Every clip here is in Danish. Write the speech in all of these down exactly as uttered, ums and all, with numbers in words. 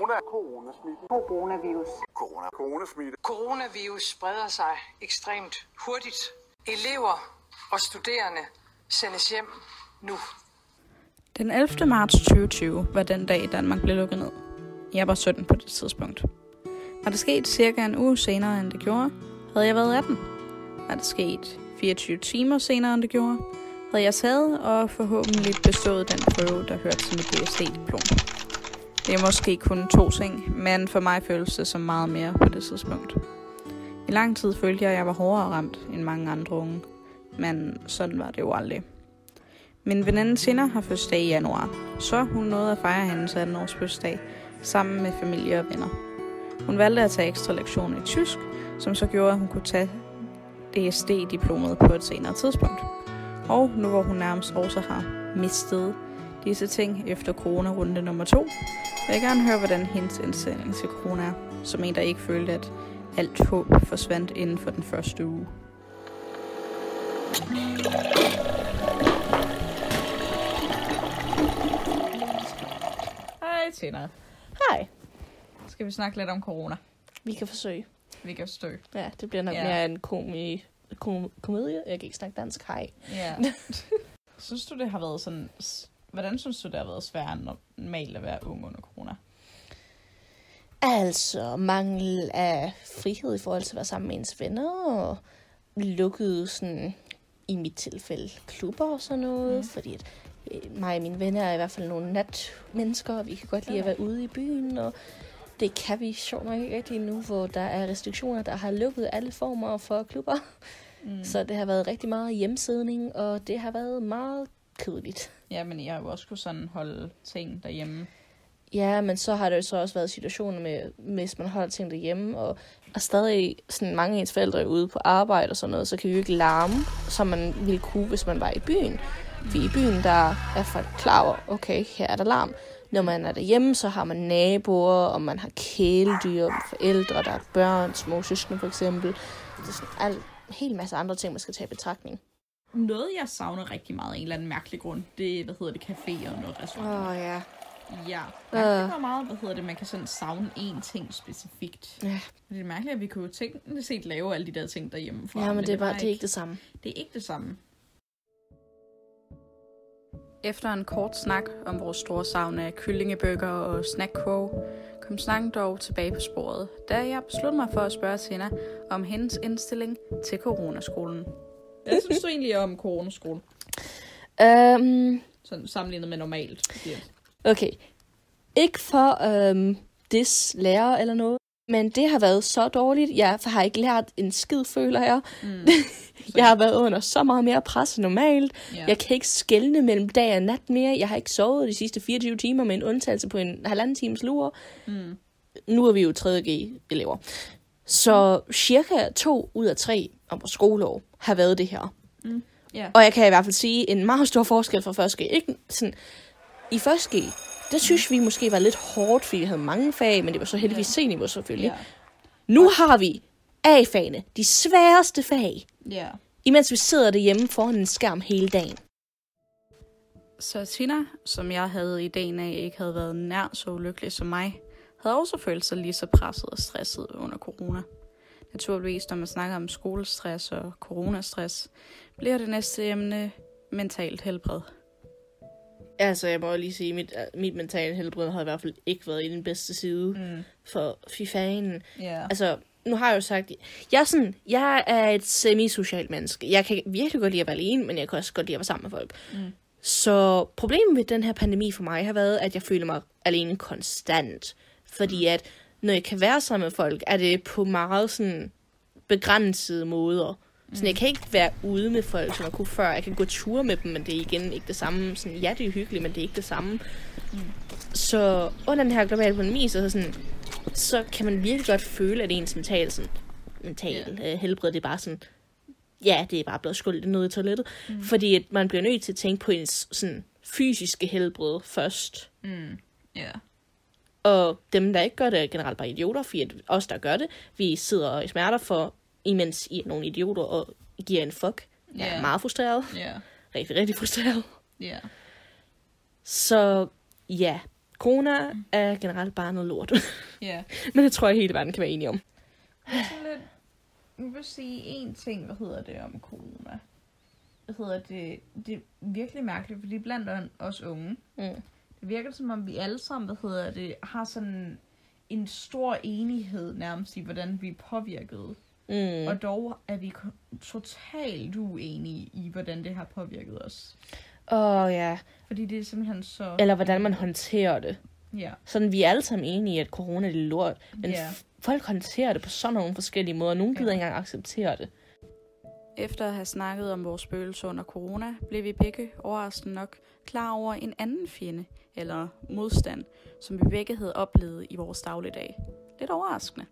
Corona. Coronasmitte. Coronavirus. Corona. Coronasmitte. Coronavirus spreder sig ekstremt hurtigt. Elever og studerende sendes hjem nu. Den ellevte marts tyve tyve var den dag, Danmark blev lukket ned. Jeg var sytten på det tidspunkt. Var det sket cirka en uge senere, end det gjorde, havde jeg været atten. Var det sket fireogtyve timer senere, end det gjorde, havde jeg taget og forhåbentlig bestået den prøve, der hørte til mit D S D-diplom. Det er måske kun to ting, men for mig føltes det som meget mere på det tidspunkt. I lang tid følte jeg, at jeg var hårdere ramt end mange andre unge, men sådan var det jo aldrig. Min veninde Tina har fødselsdag i januar, så hun nåede at fejre hendes atten års fødselsdag sammen med familie og venner. Hun valgte at tage ekstra lektioner i tysk, som så gjorde, at hun kunne tage D S D-diplomet på et senere tidspunkt. Og nu hvor hun nærmest også har mistet disse ting efter corona-runde nummer to, vil jeg gerne høre, hvordan hendes indstilling til corona er, som en, der ikke følte, at alt håb forsvandt inden for den første uge. Hej Tina. Hej. Skal vi snakke lidt om corona? Vi kan forsøge. Vi kan forsøge. Ja, det bliver nok Ja. mere en komi- kom- komedie. Jeg kan ikke snakke dansk. Hej. Ja. Synes du, det har været sådan... Hvordan synes du, det har været svært normalt at være ung under corona? Altså, mangel af frihed i forhold til at være sammen med ens venner, og lukkede sådan, i mit tilfælde, klubber og sådan noget, mm. fordi at øh, mig og mine venner er i hvert fald nogle natmennesker, og vi kan godt lide at være ude i byen, og det kan vi sjovt nok ikke rigtig nu, hvor der er restriktioner, der har lukket alle former for klubber. Mm. Så det har været rigtig meget hjemmesidning, og det har været meget kedeligt. Ja, men jeg har jo også kunne sådan holde ting derhjemme. Ja, men så har der jo så også været situationer med, hvis man holder ting derhjemme, og er stadig sådan mange af ens forældre er ude på arbejde og sådan noget, så kan vi jo ikke larme, som man ville kunne, hvis man var i byen. For i byen, der er folk klar over, okay, her er der larm. Når man er derhjemme, så har man naboer, og man har kæledyr, forældre, der er børn, små søskende for eksempel. Det er sådan en hel masse andre ting, man skal tage i betragtning. Noget, jeg savner rigtig meget af en eller anden mærkelig grund, det er, hvad hedder det, caféer og noget restaurant. Åh, oh, ja. Ja, der er uh. meget, hvad hedder det, man kan sådan savne én ting specifikt. Ja. Det er mærkeligt, at vi kunne jo teknisk set lave alle de der ting derhjemme fra. Ja, men, men det er bare ikke, det er ikke det samme. Det er ikke det samme. Efter en kort snak om vores store savn af kyllingebøger og snackkoge, kom snakken dog tilbage på sporet, da jeg besluttede mig for at spørge Tina om hendes indstilling til coronaskolen. Hvad synes du egentlig om coronaskolen? Um, Sådan sammenlignet med normalt. Okay. Ikke for um, dis lærer eller noget, men det har været så dårligt. Jeg har ikke lært en skid, føler jeg. Mm. Jeg har været under så meget mere pres end normalt. Yeah. Jeg kan ikke skelne mellem dag og nat mere. Jeg har ikke sovet de sidste fireogtyve timer med en undtagelse på en halvanden times lure. Mm. Nu er vi jo tredje G-elever. Så cirka to ud af tre om vores skoleår har været det her. Mm. Yeah. Og jeg kan i hvert fald sige en meget stor forskel fra første G. Ikke sådan, i første G, der synes vi måske var lidt hårdt, fordi vi havde mange fag, men det var så heldigvis C-niveau selvfølgelig. Yeah. Nu har vi A-fagene, de sværeste fag, yeah. imens vi sidder derhjemme foran en skærm hele dagen. Så Tina, som jeg havde ideen af, ikke havde været nær så ulykkelig som mig, havde også følt sig lige så presset og stresset under corona. Naturligvis, når man snakker om skolestress og coronastress, bliver det næste emne mentalt helbred. Altså, jeg må jo lige sige, at mit, mit mentale helbred har i hvert fald ikke været i den bedste side mm. for fy fanden. Yeah. Altså, nu har jeg jo sagt, jeg er, sådan, jeg er et semi-socialt menneske. Jeg kan virkelig godt lide at være alene, men jeg kan også godt lide at være sammen med folk. Mm. Så problemet med den her pandemi for mig har været, at jeg føler mig alene konstant. Fordi at, når jeg kan være sammen med folk, er det på meget sådan begrænsede måder. Så jeg kan ikke være ude med folk, som jeg kunne før. Jeg kan gå ture med dem, men det er igen ikke det samme. Sådan, ja, det er hyggeligt, men det er ikke det samme. Mm. Så under den her globale pandemi, så, sådan, så kan man virkelig godt føle, at ens mental, sådan, mental yeah. øh, helbred, det er bare sådan, ja, det er bare blevet skyldt ned i toilettet. Mm. Fordi at man bliver nødt til at tænke på ens sådan, fysiske helbred først. Mm. Yeah. Og dem, der ikke gør det, er generelt bare idioter, fordi os, der gør det, vi sidder i smerter for, imens I er nogle idioter og giver en fuck. Jeg yeah. er meget frustreret. Yeah. Rigtig, rigtig frustreret. Yeah. Så ja, Corona er generelt bare noget lort. Ja. Men det tror jeg, hele verden kan være enige om. Det er sådan lidt... Jeg vil sige en ting, hvad hedder det om corona? Hvad hedder det? Det er virkelig mærkeligt, fordi blandt os unge, Mm. det virker som om vi alle sammen, hvad hedder det, har sådan en stor enighed nærmest i, hvordan vi er påvirket. Mm. Og dog er vi totalt uenige i, hvordan det har påvirket os. Åh, oh, ja. Fordi det er simpelthen så... Eller hvordan man håndterer det. Ja. Sådan, vi er alle sammen enige i, at corona er lort. Men Ja. f- folk håndterer det på sådan nogle forskellige måder. Nogle gider Ja. ikke engang acceptere det. Efter at have snakket om vores spøgelser under corona, blev vi begge overraskende nok klar over en anden fjende, eller modstand, som vi begge havde oplevet i vores dagligdag. Lidt overraskende.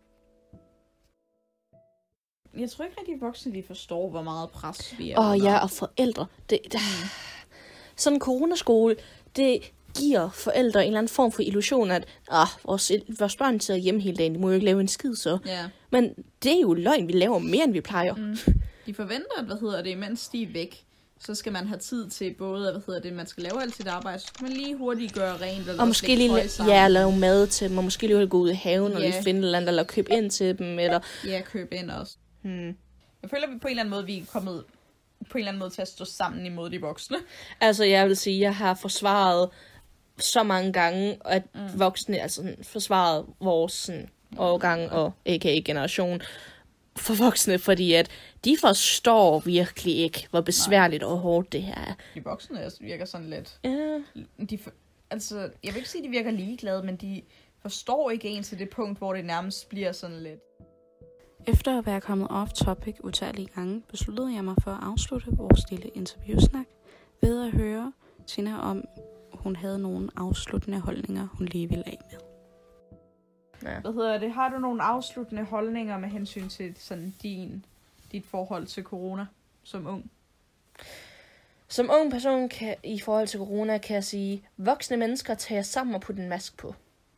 Jeg tror ikke rigtig, at voksne lige forstår, hvor meget pres vi er Åh, under. ja, og forældre. Det, det, sådan en coronaskole, det giver forældre en eller anden form for illusion, at ah, vores, vores børn sidder hjemme hele dagen, de må jo ikke lave en skid så. Ja. Men det er jo løgn, vi laver mere, end vi plejer. Mm. De forventer, at, hvad hedder det, mens de er væk, så skal man have tid til både, hvad hedder det, man skal lave alt sit arbejde, så skal man lige hurtigt gøre rent. Eller Og måske lige ja, lave mad til dem, og måske lige gå ud i haven, yeah. og lige finde et eller andet, eller købe ind til dem, eller... Ja, købe ind også. Hmm. Jeg føler, at vi på en eller anden måde, vi er kommet på en eller anden måde til at stå sammen imod de voksne. Altså, jeg vil sige, jeg har forsvaret så mange gange, at mm. voksne, altså sådan, forsvaret vores sådan, årgang og a k a generation for voksne, fordi at de forstår virkelig ikke, hvor besværligt og hårdt det her er. De voksne virker sådan lidt... Ja. De for, altså, jeg vil ikke sige, at de virker ligeglade, men de forstår ikke en til det punkt, hvor det nærmest bliver sådan lidt... Efter at være kommet off-topic utallige gange, besluttede jeg mig for at afslutte vores lille interviewsnak ved at høre Tina om, hun havde nogle afsluttende holdninger, hun lige ville af med. Ja. Hvad hedder det? Har du nogle afsluttende holdninger med hensyn til sådan din, dit forhold til corona som ung? Som ung person kan, i forhold til corona kan jeg sige, voksne mennesker tager sammen og putter en maske på.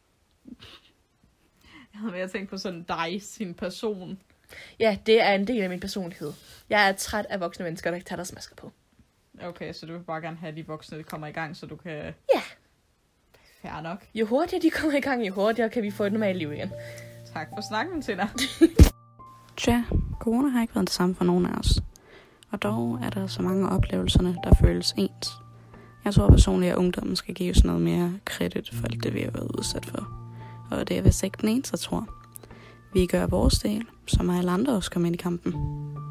Jeg havde været tænkt på sådan dig, sin person. Ja, det er en del af min personlighed. Jeg er træt af voksne mennesker, der ikke tager deres masker på. Okay, så du vil bare gerne have, at de voksne kommer i gang, så du kan... Ja. Fair nok. Jo hurtigere de kommer i gang, jo hurtigere kan vi få et normalt liv igen. Tak for snakken, Tina. Tja, corona har ikke været det samme for nogen af os. Og dog er der så mange af oplevelserne, der føles ens. Jeg tror personligt, at ungdommen skal gives noget mere kredit for alt det, vi har været udsat for. Og det er vist ikke den eneste, der tror. Vi gør vores del, som alle andre også kommer ind i kampen.